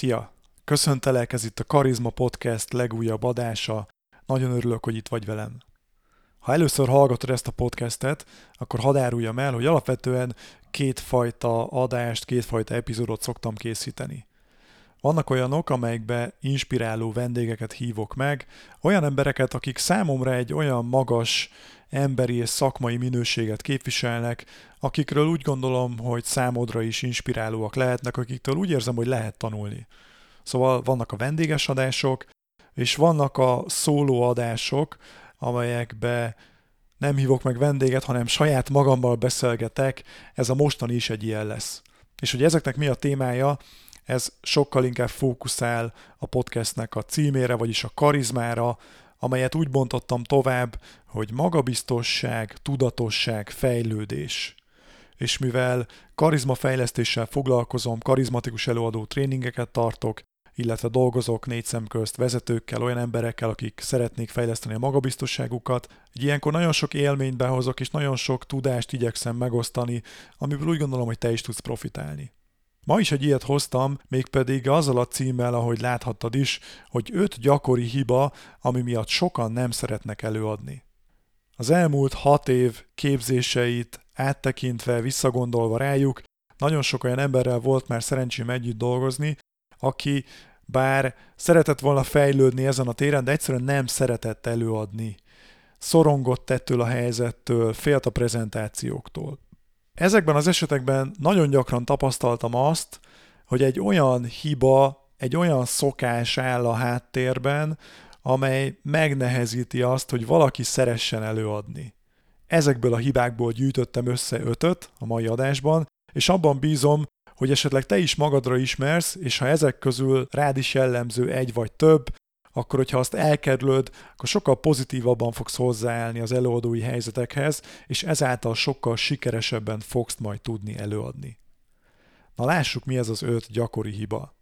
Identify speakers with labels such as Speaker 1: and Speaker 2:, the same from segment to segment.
Speaker 1: Szia! Köszöntelek, ez itt a Karizma Podcast legújabb adása. Nagyon örülök, hogy itt vagy velem. Ha először hallgatod ezt a podcastet, akkor hadd áruljam el, hogy alapvetően kétfajta adást, kétfajta epizódot szoktam készíteni. Vannak olyanok, amelyekbe inspiráló vendégeket hívok meg, olyan embereket, akik számomra egy olyan magas emberi és szakmai minőséget képviselnek, akikről úgy gondolom, hogy számodra is inspirálóak lehetnek, akiktől úgy érzem, hogy lehet tanulni. Szóval vannak a vendéges adások, és vannak a szóló adások, amelyekbe nem hívok meg vendéget, hanem saját magammal beszélgetek, ez a mostani is egy ilyen lesz. És hogy ezeknek mi a témája, ez sokkal inkább fókuszál a podcastnek a címére, vagyis a karizmára, amelyet úgy bontottam tovább, hogy magabiztosság, tudatosság, fejlődés. És mivel karizmafejlesztéssel foglalkozom, karizmatikus előadó tréningeket tartok, illetve dolgozok négy szem közt vezetőkkel, olyan emberekkel, akik szeretnék fejleszteni a magabiztosságukat, ilyenkor nagyon sok élményt behozok, és nagyon sok tudást igyekszem megosztani, amiből úgy gondolom, hogy te is tudsz profitálni. Ma is egy ilyet hoztam, mégpedig azzal a címmel, ahogy láthattad is, hogy 5 gyakori hiba, ami miatt sokan nem szeretnek előadni. Az elmúlt 6 év képzéseit áttekintve, visszagondolva rájuk, nagyon sok olyan emberrel volt már szerencsém együtt dolgozni, aki bár szeretett volna fejlődni ezen a téren, de egyszerűen nem szeretett előadni. Szorongott ettől a helyzettől, félt a prezentációktól. Ezekben az esetekben nagyon gyakran tapasztaltam azt, hogy egy olyan hiba, egy olyan szokás áll a háttérben, amely megnehezíti azt, hogy valaki szeressen előadni. Ezekből a hibákból gyűjtöttem össze 5-öt a mai adásban, és abban bízom, hogy esetleg te is magadra ismersz, és ha ezek közül rád is jellemző egy vagy több, akkor hogyha azt elkerülöd, akkor sokkal pozitívabban fogsz hozzáállni az előadói helyzetekhez, és ezáltal sokkal sikeresebben fogsz majd tudni előadni. Na lássuk, mi ez az 5 gyakori hiba.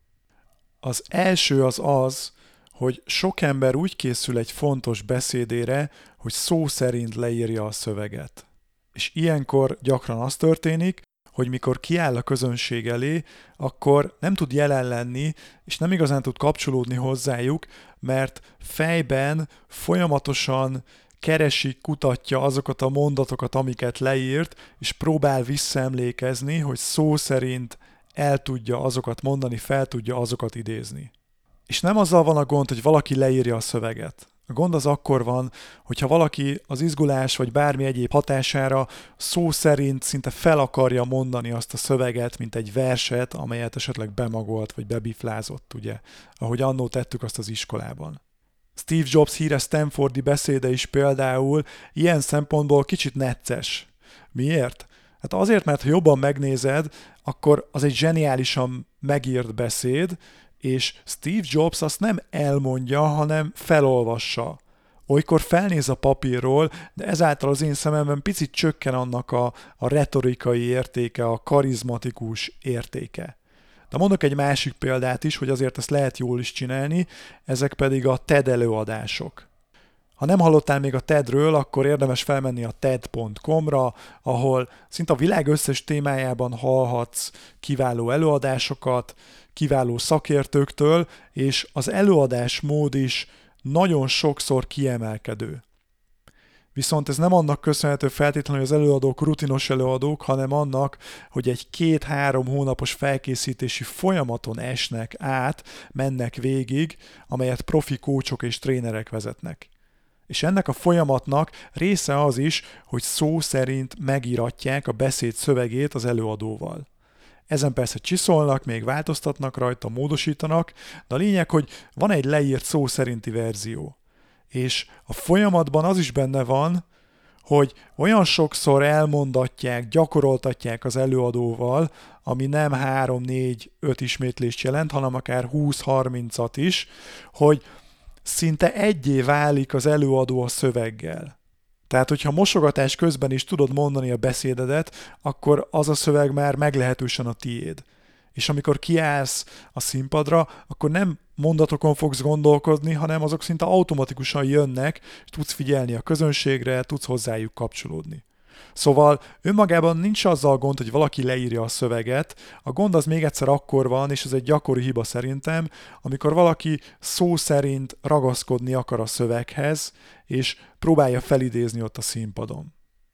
Speaker 1: Az első az, hogy sok ember úgy készül egy fontos beszédére, hogy szó szerint leírja a szöveget. És ilyenkor gyakran az történik, hogy mikor kiáll a közönség elé, akkor nem tud jelen lenni, és nem igazán tud kapcsolódni hozzájuk, mert fejben folyamatosan keresi, kutatja azokat a mondatokat, amiket leírt, és próbál visszaemlékezni, hogy szó szerint el tudja azokat mondani, fel tudja azokat idézni. És nem azzal van a gond, hogy valaki leírja a szöveget. A gond az akkor van, hogyha valaki az izgulás vagy bármi egyéb hatására szó szerint szinte fel akarja mondani azt a szöveget, mint egy verset, amelyet esetleg bemagolt vagy bebiflázott, ugye, ahogy annó tettük azt az iskolában. Steve Jobs híres Stanfordi beszéde is például ilyen szempontból kicsit necces. Miért? Hát azért, mert ha jobban megnézed, akkor az egy zseniálisan megírt beszéd, és Steve Jobs azt nem elmondja, hanem felolvassa. Olykor felnéz a papírról, de ezáltal az én szememben picit csökken annak a retorikai értéke, a karizmatikus értéke. De mondok egy másik példát is, hogy azért ezt lehet jól is csinálni, ezek pedig a TED előadások. Ha nem hallottál még a TED-ről, akkor érdemes felmenni a TED.com-ra, ahol szinte a világ összes témájában hallhatsz kiváló előadásokat, kiváló szakértőktől, és az előadásmód is nagyon sokszor kiemelkedő. Viszont ez nem annak köszönhető feltétlenül, hogy az előadók rutinos előadók, hanem annak, hogy egy 2-3 hónapos felkészítési folyamaton esnek át, mennek végig, amelyet profi kócsok és trénerek vezetnek. És ennek a folyamatnak része az is, hogy szó szerint megíratják a beszéd szövegét az előadóval. Ezen persze csiszolnak, még változtatnak rajta, módosítanak, de a lényeg, hogy van egy leírt szó szerinti verzió. És a folyamatban az is benne van, hogy olyan sokszor elmondatják, gyakoroltatják az előadóval, ami nem 3-4-5 ismétlést jelent, hanem akár 20-30-at is, hogy szinte egyé válik az előadó a szöveggel. Tehát, hogyha mosogatás közben is tudod mondani a beszédedet, akkor az a szöveg már meglehetősen a tiéd. És amikor kiállsz a színpadra, akkor nem mondatokon fogsz gondolkodni, hanem azok szinte automatikusan jönnek, és tudsz figyelni a közönségre, tudsz hozzájuk kapcsolódni. Szóval önmagában nincs azzal gond, hogy valaki leírja a szöveget, a gond az még egyszer akkor van, és ez egy gyakori hiba szerintem, amikor valaki szó szerint ragaszkodni akar a szöveghez, és próbálja felidézni ott a színpadon.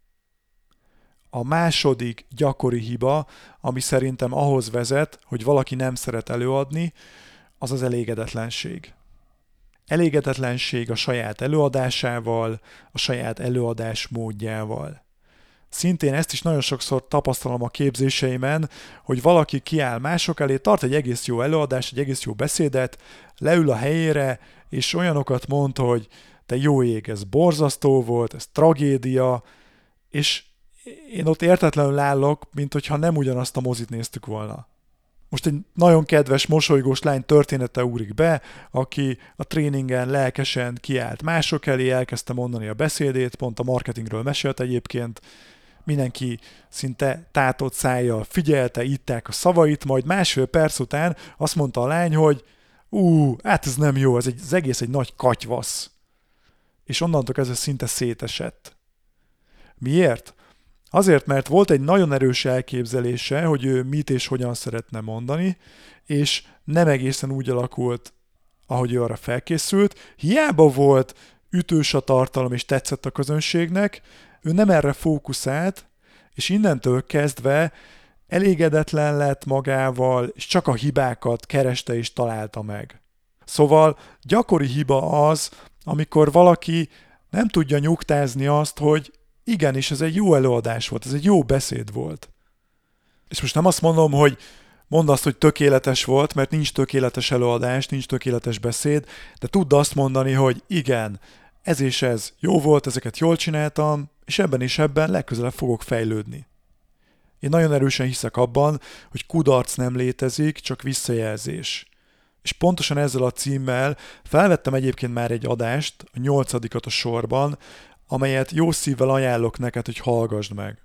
Speaker 1: A második gyakori hiba, ami szerintem ahhoz vezet, hogy valaki nem szeret előadni, az az elégedetlenség. Elégedetlenség a saját előadásával, a saját előadás módjával. Szintén ezt is nagyon sokszor tapasztalom a képzéseimen, hogy valaki kiáll mások elé, tart egy egész jó előadást, egy egész jó beszédet, leül a helyére, és olyanokat mond, hogy te jó ég, ez borzasztó volt, ez tragédia, és én ott értetlenül állok, mint hogyha nem ugyanazt a mozit néztük volna. Most egy nagyon kedves, mosolygós lány története ugrik be, aki a tréningen lelkesen kiállt mások elé, elkezdte mondani a beszédét, pont a marketingről mesélt egyébként, mindenki szinte tátott szájjal figyelte, itták a szavait, majd másfél perc után azt mondta a lány, hogy hát ez nem jó, az egész egy nagy katyvasz. És onnantól kezdve szinte szétesett. Miért? Azért, mert volt egy nagyon erős elképzelése, hogy ő mit és hogyan szeretne mondani, és nem egészen úgy alakult, ahogy ő arra felkészült. Hiába volt ütős a tartalom és tetszett a közönségnek, ő nem erre fókuszált, és innentől kezdve elégedetlen lett magával, és csak a hibákat kereste és találta meg. Szóval gyakori hiba az, amikor valaki nem tudja nyugtázni azt, hogy igenis, ez egy jó előadás volt, ez egy jó beszéd volt. És most nem azt mondom, hogy mondd azt, hogy tökéletes volt, mert nincs tökéletes előadás, nincs tökéletes beszéd, de tudd azt mondani, hogy igen, ez és ez jó volt, ezeket jól csináltam, és ebben és ebben legközelebb fogok fejlődni. Én nagyon erősen hiszek abban, hogy kudarc nem létezik, csak visszajelzés. És pontosan ezzel a címmel felvettem egyébként már egy adást, a 8. a sorban, amelyet jó szívvel ajánlok neked, hogy hallgassd meg.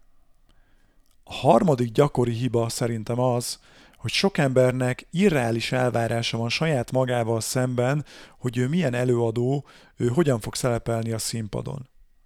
Speaker 1: A harmadik gyakori hiba szerintem az, hogy sok embernek irreális elvárása van saját magával szemben, hogy ő milyen előadó, ő hogyan fog szerepelni a színpadon.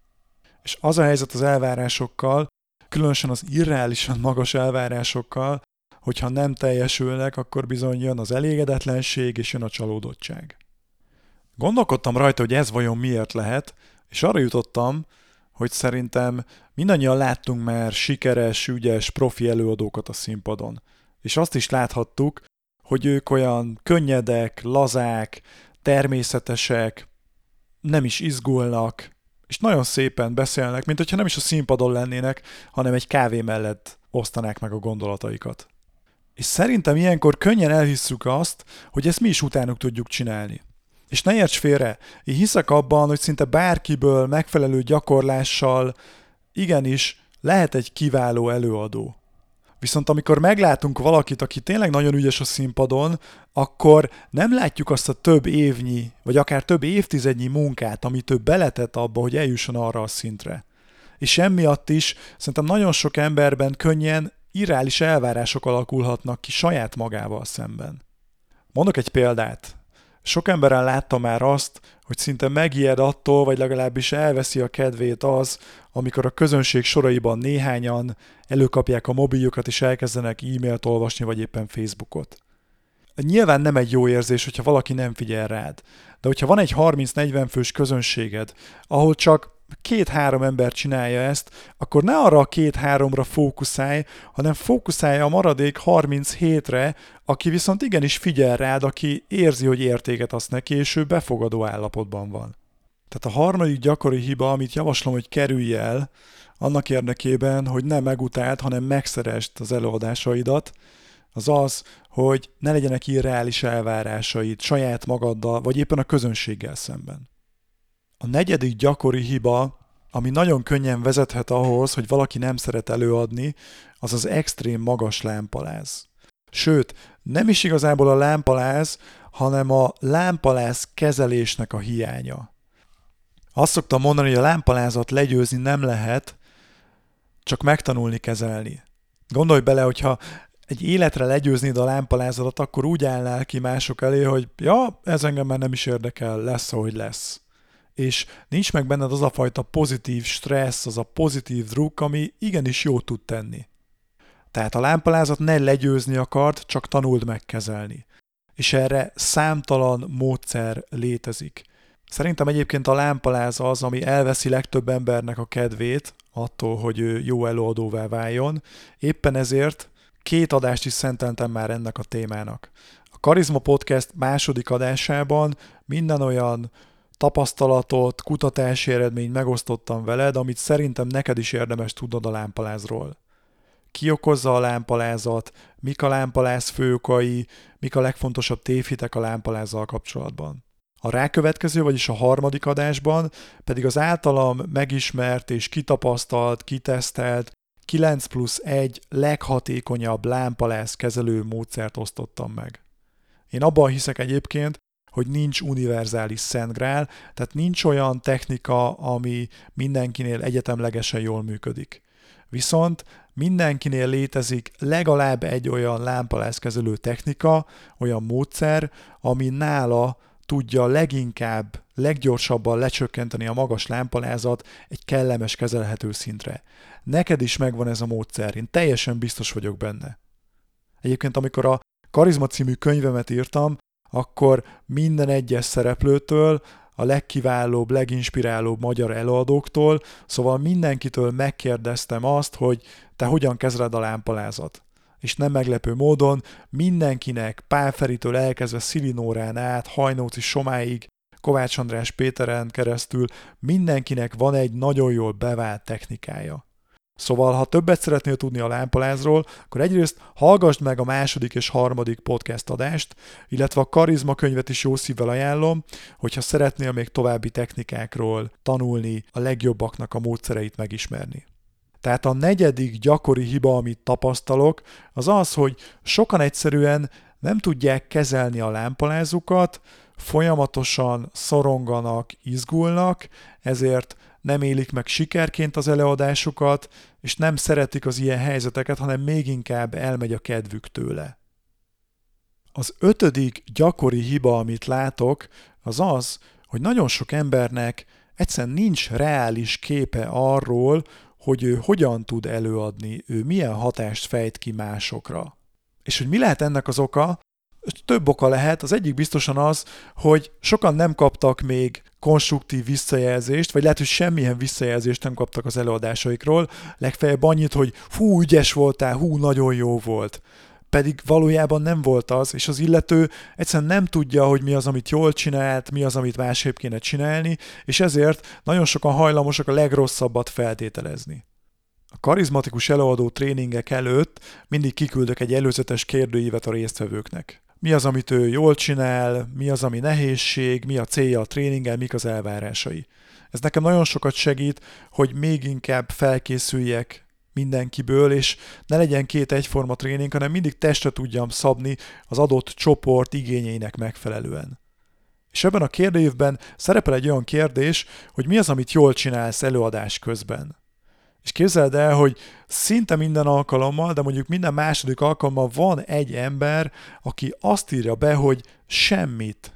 Speaker 1: És az a helyzet az elvárásokkal, különösen az irreálisan magas elvárásokkal, hogyha nem teljesülnek, akkor bizony jön az elégedetlenség és jön a csalódottság. Gondolkodtam rajta, hogy ez vajon miért lehet, és arra jutottam, hogy szerintem mindannyian láttunk már sikeres, ügyes, profi előadókat a színpadon. És azt is láthattuk, hogy ők olyan könnyedek, lazák, természetesek, nem is izgulnak, és nagyon szépen beszélnek, mint hogyha nem is a színpadon lennének, hanem egy kávé mellett osztanák meg a gondolataikat. És szerintem ilyenkor könnyen elhisszük azt, hogy ezt mi is utánuk tudjuk csinálni. És ne érts félre, én hiszek abban, hogy szinte bárkiből megfelelő gyakorlással igenis lehet egy kiváló előadó. Viszont amikor meglátunk valakit, aki tényleg nagyon ügyes a színpadon, akkor nem látjuk azt a több évnyi, vagy akár több évtizednyi munkát, amit ő beletett abba, hogy eljusson arra a szintre. És emiatt is szerintem nagyon sok emberben könnyen irreális elvárások alakulhatnak ki saját magával szemben. Mondok egy példát. Sok emberen láttam már azt, hogy szinte megijed attól, vagy legalábbis elveszi a kedvét az, amikor a közönség soraiban néhányan előkapják a mobiljukat és elkezdenek e-mailt olvasni, vagy éppen Facebookot. Nyilván nem egy jó érzés, hogyha valaki nem figyel rád, de hogyha van egy 30-40 fős közönséged, ahol csak 2-3 ember csinálja ezt, akkor ne arra a 2-3-ra fókuszálj, hanem fókuszálj a maradék 37-re, aki viszont igenis figyel rád, aki érzi, hogy értéket adsz neki, és ő befogadó állapotban van. Tehát a harmadik gyakori hiba, amit javaslom, hogy kerülj el, annak érdekében, hogy nem megutáld, hanem megszeresd az előadásaidat, az az, hogy ne legyenek irreális elvárásaid saját magaddal, vagy éppen a közönséggel szemben. A negyedik gyakori hiba, ami nagyon könnyen vezethet ahhoz, hogy valaki nem szeret előadni, az az extrém magas lámpaláz. Sőt, nem is igazából a lámpaláz, hanem a lámpaláz kezelésnek a hiánya. Azt szoktam mondani, hogy a lámpalázat legyőzni nem lehet, csak megtanulni kezelni. Gondolj bele, hogyha egy életre legyőznéd a lámpalázatot, akkor úgy állnál ki mások elé, hogy ja, ez engem már nem is érdekel, lesz, ahogy lesz. és nincs meg benned az a fajta pozitív stressz, az a pozitív druk, ami igenis jót tud tenni. Tehát a lámpalázat ne legyőzni akart, csak tanuld megkezelni. És erre számtalan módszer létezik. Szerintem egyébként a lámpaláz az, ami elveszi legtöbb embernek a kedvét attól, hogy ő jó előadóvá váljon. Éppen ezért 2 adást is szenteltem már ennek a témának. A Karizma Podcast második adásában minden olyan tapasztalatot, kutatási eredményt megosztottam veled, amit szerintem neked is érdemes tudnod a lámpalázról. Ki okozza a lámpalázat, mik a lámpaláz fő okai, mik a legfontosabb tévhitek a lámpalázzal kapcsolatban. A rákövetkező, vagyis a harmadik adásban pedig az általam megismert és kitapasztalt, kitesztelt 9+1 leghatékonyabb lámpaláz kezelő módszert osztottam meg. Én abban hiszek egyébként, hogy nincs univerzális szentgrál, tehát nincs olyan technika, ami mindenkinél egyetemlegesen jól működik. Viszont mindenkinél létezik legalább egy olyan lámpalázkezelő technika, olyan módszer, ami nála tudja leginkább, leggyorsabban lecsökkenteni a magas lámpalázat egy kellemes, kezelhető szintre. Neked is megvan ez a módszer, én teljesen biztos vagyok benne. Egyébként amikor a Karizma című könyvemet írtam, akkor minden egyes szereplőtől, a legkiválóbb, leginspirálóbb magyar előadóktól, szóval mindenkitől megkérdeztem azt, hogy te hogyan kezeled a lámpalázat. És nem meglepő módon mindenkinek, Pál Feritől elkezdve Szilinórán át, Hajnóci Somáig, Kovács András Péteren keresztül mindenkinek van egy nagyon jól bevált technikája. Szóval, ha többet szeretnél tudni a lámpalázról, akkor egyrészt hallgassd meg a második és harmadik podcast adást, illetve a Karizma könyvet is jó szívvel ajánlom, hogyha szeretnél még további technikákról tanulni, a legjobbaknak a módszereit megismerni. Tehát a negyedik gyakori hiba, amit tapasztalok, az az, hogy sokan egyszerűen nem tudják kezelni a lámpalázukat, folyamatosan szoronganak, izgulnak, ezért nem élik meg sikerként az előadásukat, és nem szeretik az ilyen helyzeteket, hanem még inkább elmegy a kedvük tőle. Az 5. gyakori hiba, amit látok, az az, hogy nagyon sok embernek egyszerűen nincs reális képe arról, hogy ő hogyan tud előadni, ő milyen hatást fejt ki másokra. És hogy mi lehet ennek az oka? Több oka lehet, az egyik biztosan az, hogy sokan nem kaptak még konstruktív visszajelzést, vagy lehet, hogy semmilyen visszajelzést nem kaptak az előadásaikról, legfeljebb annyit, hogy hú, ügyes voltál, hú, nagyon jó volt. Pedig valójában nem volt az, és az illető egyszerűen nem tudja, hogy mi az, amit jól csinált, mi az, amit másképp kéne csinálni, és ezért nagyon sokan hajlamosak a legrosszabbat feltételezni. A karizmatikus előadó tréningek előtt mindig kiküldök egy előzetes kérdőívet a résztvevőknek. Mi az, amit ő jól csinál, mi az, ami nehézség, mi a célja a tréninggel, mik az elvárásai. Ez nekem nagyon sokat segít, hogy még inkább felkészüljek mindenkiből, és ne legyen 2 egyforma tréning, hanem mindig testre tudjam szabni az adott csoport igényeinek megfelelően. És ebben a kérdőívben szerepel egy olyan kérdés, hogy mi az, amit jól csinálsz előadás közben. És képzeld el, hogy szinte minden alkalommal, de mondjuk minden második alkalommal van egy ember, aki azt írja be, hogy semmit.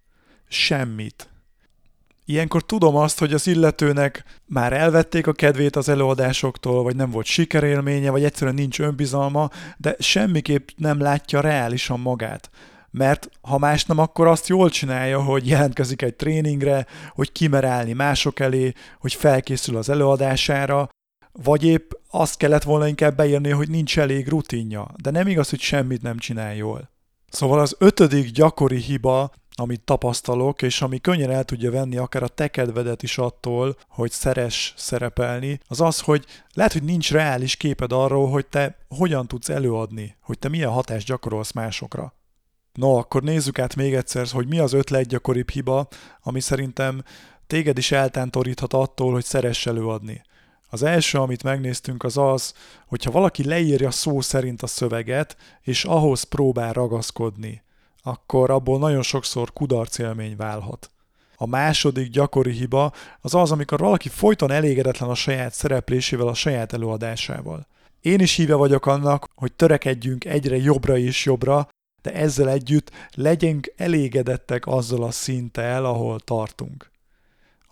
Speaker 1: Semmit. Ilyenkor tudom azt, hogy az illetőnek már elvették a kedvét az előadásoktól, vagy nem volt sikerélménye, vagy egyszerűen nincs önbizalma, de semmiképp nem látja reálisan magát. Mert ha más nem, akkor azt jól csinálja, hogy jelentkezik egy tréningre, hogy kimer állni mások elé, hogy felkészül az előadására, vagy épp azt kellett volna inkább beírni, hogy nincs elég rutinja, de nem igaz, hogy semmit nem csinál jól. Szóval az 5. gyakori hiba, amit tapasztalok, és ami könnyen el tudja venni akár a te kedvedet is attól, hogy szeress szerepelni, az az, hogy lehet, hogy nincs reális képed arról, hogy te hogyan tudsz előadni, hogy te milyen hatást gyakorolsz másokra. No, akkor nézzük át még egyszer, hogy mi az 5 leggyakoribb hiba, ami szerintem téged is eltántoríthat attól, hogy szeress előadni. Az első, amit megnéztünk, az az, hogyha valaki leírja szó szerint a szöveget, és ahhoz próbál ragaszkodni, akkor abból nagyon sokszor kudarcélmény válhat. A második gyakori hiba az az, amikor valaki folyton elégedetlen a saját szereplésével, a saját előadásával. Én is híve vagyok annak, hogy törekedjünk egyre jobbra és jobbra, de ezzel együtt legyünk elégedettek azzal a szinttel, ahol tartunk.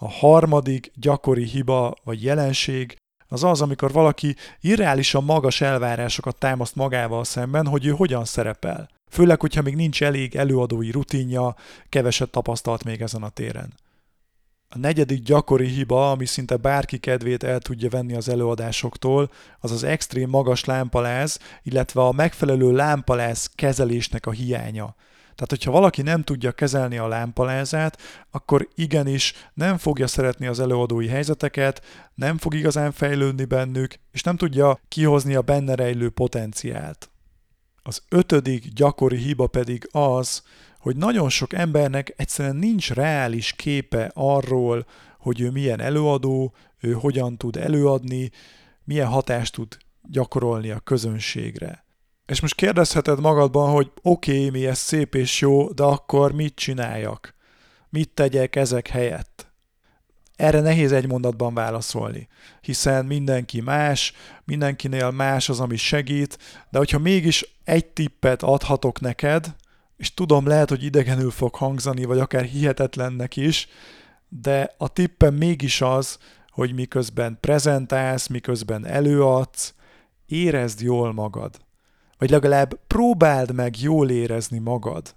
Speaker 1: A harmadik gyakori hiba vagy jelenség az az, amikor valaki irreálisan magas elvárásokat támaszt magával szemben, hogy ő hogyan szerepel. Főleg, hogyha még nincs elég előadói rutinja, keveset tapasztalt még ezen a téren. A negyedik gyakori hiba, ami szinte bárki kedvét el tudja venni az előadásoktól, az az extrém magas lámpaláz, illetve a megfelelő lámpaláz kezelésnek a hiánya. Tehát, hogyha valaki nem tudja kezelni a lámpalázát, akkor igenis nem fogja szeretni az előadói helyzeteket, nem fog igazán fejlődni bennük, és nem tudja kihozni a benne rejlő potenciált. Az ötödik gyakori hiba pedig az, hogy nagyon sok embernek egyszerűen nincs reális képe arról, hogy ő milyen előadó, ő hogyan tud előadni, milyen hatást tud gyakorolni a közönségre. És most kérdezheted magadban, hogy oké, mi ez szép és jó, de akkor mit csináljak? Mit tegyek ezek helyett? Erre nehéz egy mondatban válaszolni, hiszen mindenki más, mindenkinél más az, ami segít, de hogyha mégis egy tippet adhatok neked, és tudom, lehet, hogy idegenül fog hangzani, vagy akár hihetetlennek is, de a tippem mégis az, hogy miközben prezentálsz, miközben előadsz, érezd jól magad. Vagy legalább próbáld meg jól érezni magad.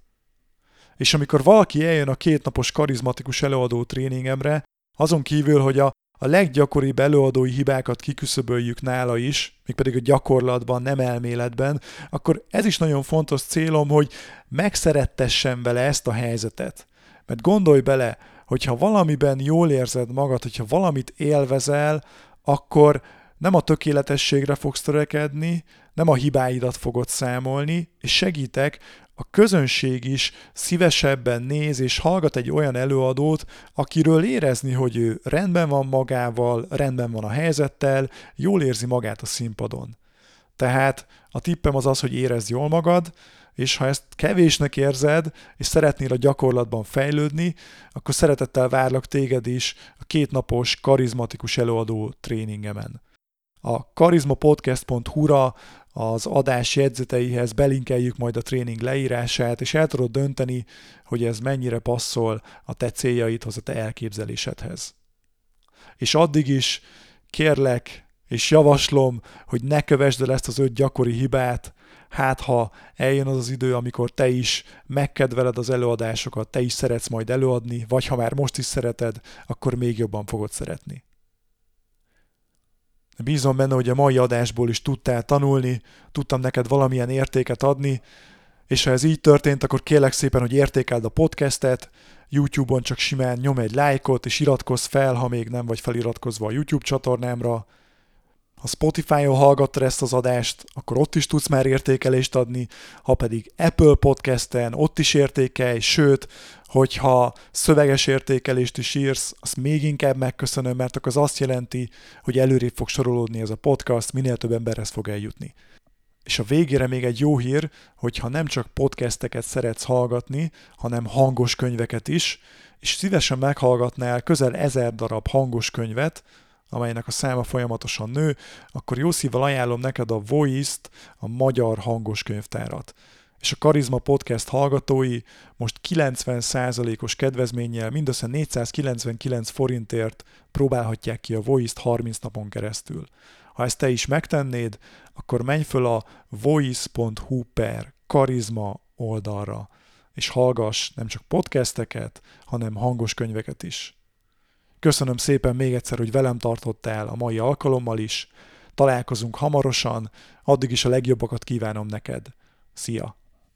Speaker 1: És amikor valaki eljön a 2 napos karizmatikus előadó tréningemre, azon kívül, hogy a leggyakoribb előadói hibákat kiküszöböljük nála is, mégpedig a gyakorlatban, nem elméletben, akkor ez is nagyon fontos célom, hogy megszerettessen vele ezt a helyzetet. Mert gondolj bele, hogyha valamiben jól érzed magad, hogyha valamit élvezel, akkor nem a tökéletességre fogsz törekedni, nem a hibáidat fogod számolni, és segítek, a közönség is szívesebben néz és hallgat egy olyan előadót, akiről érezni, hogy ő rendben van magával, rendben van a helyzettel, jól érzi magát a színpadon. Tehát a tippem az az, hogy érezd jól magad, és ha ezt kevésnek érzed, és szeretnél a gyakorlatban fejlődni, akkor szeretettel várlak téged is a 2 napos karizmatikus előadó tréningemen. A karizmapodcast.hu-ra az adás jegyzeteihez belinkeljük majd a tréning leírását, és el tudod dönteni, hogy ez mennyire passzol a te céljaidhoz, a te elképzelésedhez. És addig is kérlek és javaslom, hogy ne kövesd el ezt az 5 gyakori hibát, hát ha eljön az az idő, amikor te is megkedveled az előadásokat, te is szeretsz majd előadni, vagy ha már most is szereted, akkor még jobban fogod szeretni. Bízom benne, hogy a mai adásból is tudtál tanulni, tudtam neked valamilyen értéket adni, és ha ez így történt, akkor kérlek szépen, hogy értékeld a podcastet, YouTube-on csak simán nyom egy lájkot, és iratkozz fel, ha még nem vagy feliratkozva a YouTube csatornámra. Ha Spotify-on hallgattad ezt az adást, akkor ott is tudsz már értékelést adni, ha pedig Apple Podcasten, ott is értékelj, sőt, hogyha szöveges értékelést is írsz, azt még inkább megköszönöm, mert akkor az azt jelenti, hogy előrébb fog sorolódni ez a podcast, minél több emberhez fog eljutni. És a végére még egy jó hír, hogyha nem csak podcasteket szeretsz hallgatni, hanem hangos könyveket is, és szívesen meghallgatnál közel 1000 darab hangos könyvet, amelynek a száma folyamatosan nő, akkor jó szívvel ajánlom neked a Voice-t, a magyar hangos könyvtárat. És a Karizma Podcast hallgatói most 90%-os kedvezménnyel mindössze 499 forintért próbálhatják ki a Voice-t 30 napon keresztül. Ha ezt te is megtennéd, akkor menj föl a voice.hu/karizma oldalra, és hallgass nem csak podcasteket, hanem hangos könyveket is. Köszönöm szépen még egyszer, hogy velem tartottál a mai alkalommal is. Találkozunk hamarosan, addig is a legjobbakat kívánom neked. Szia!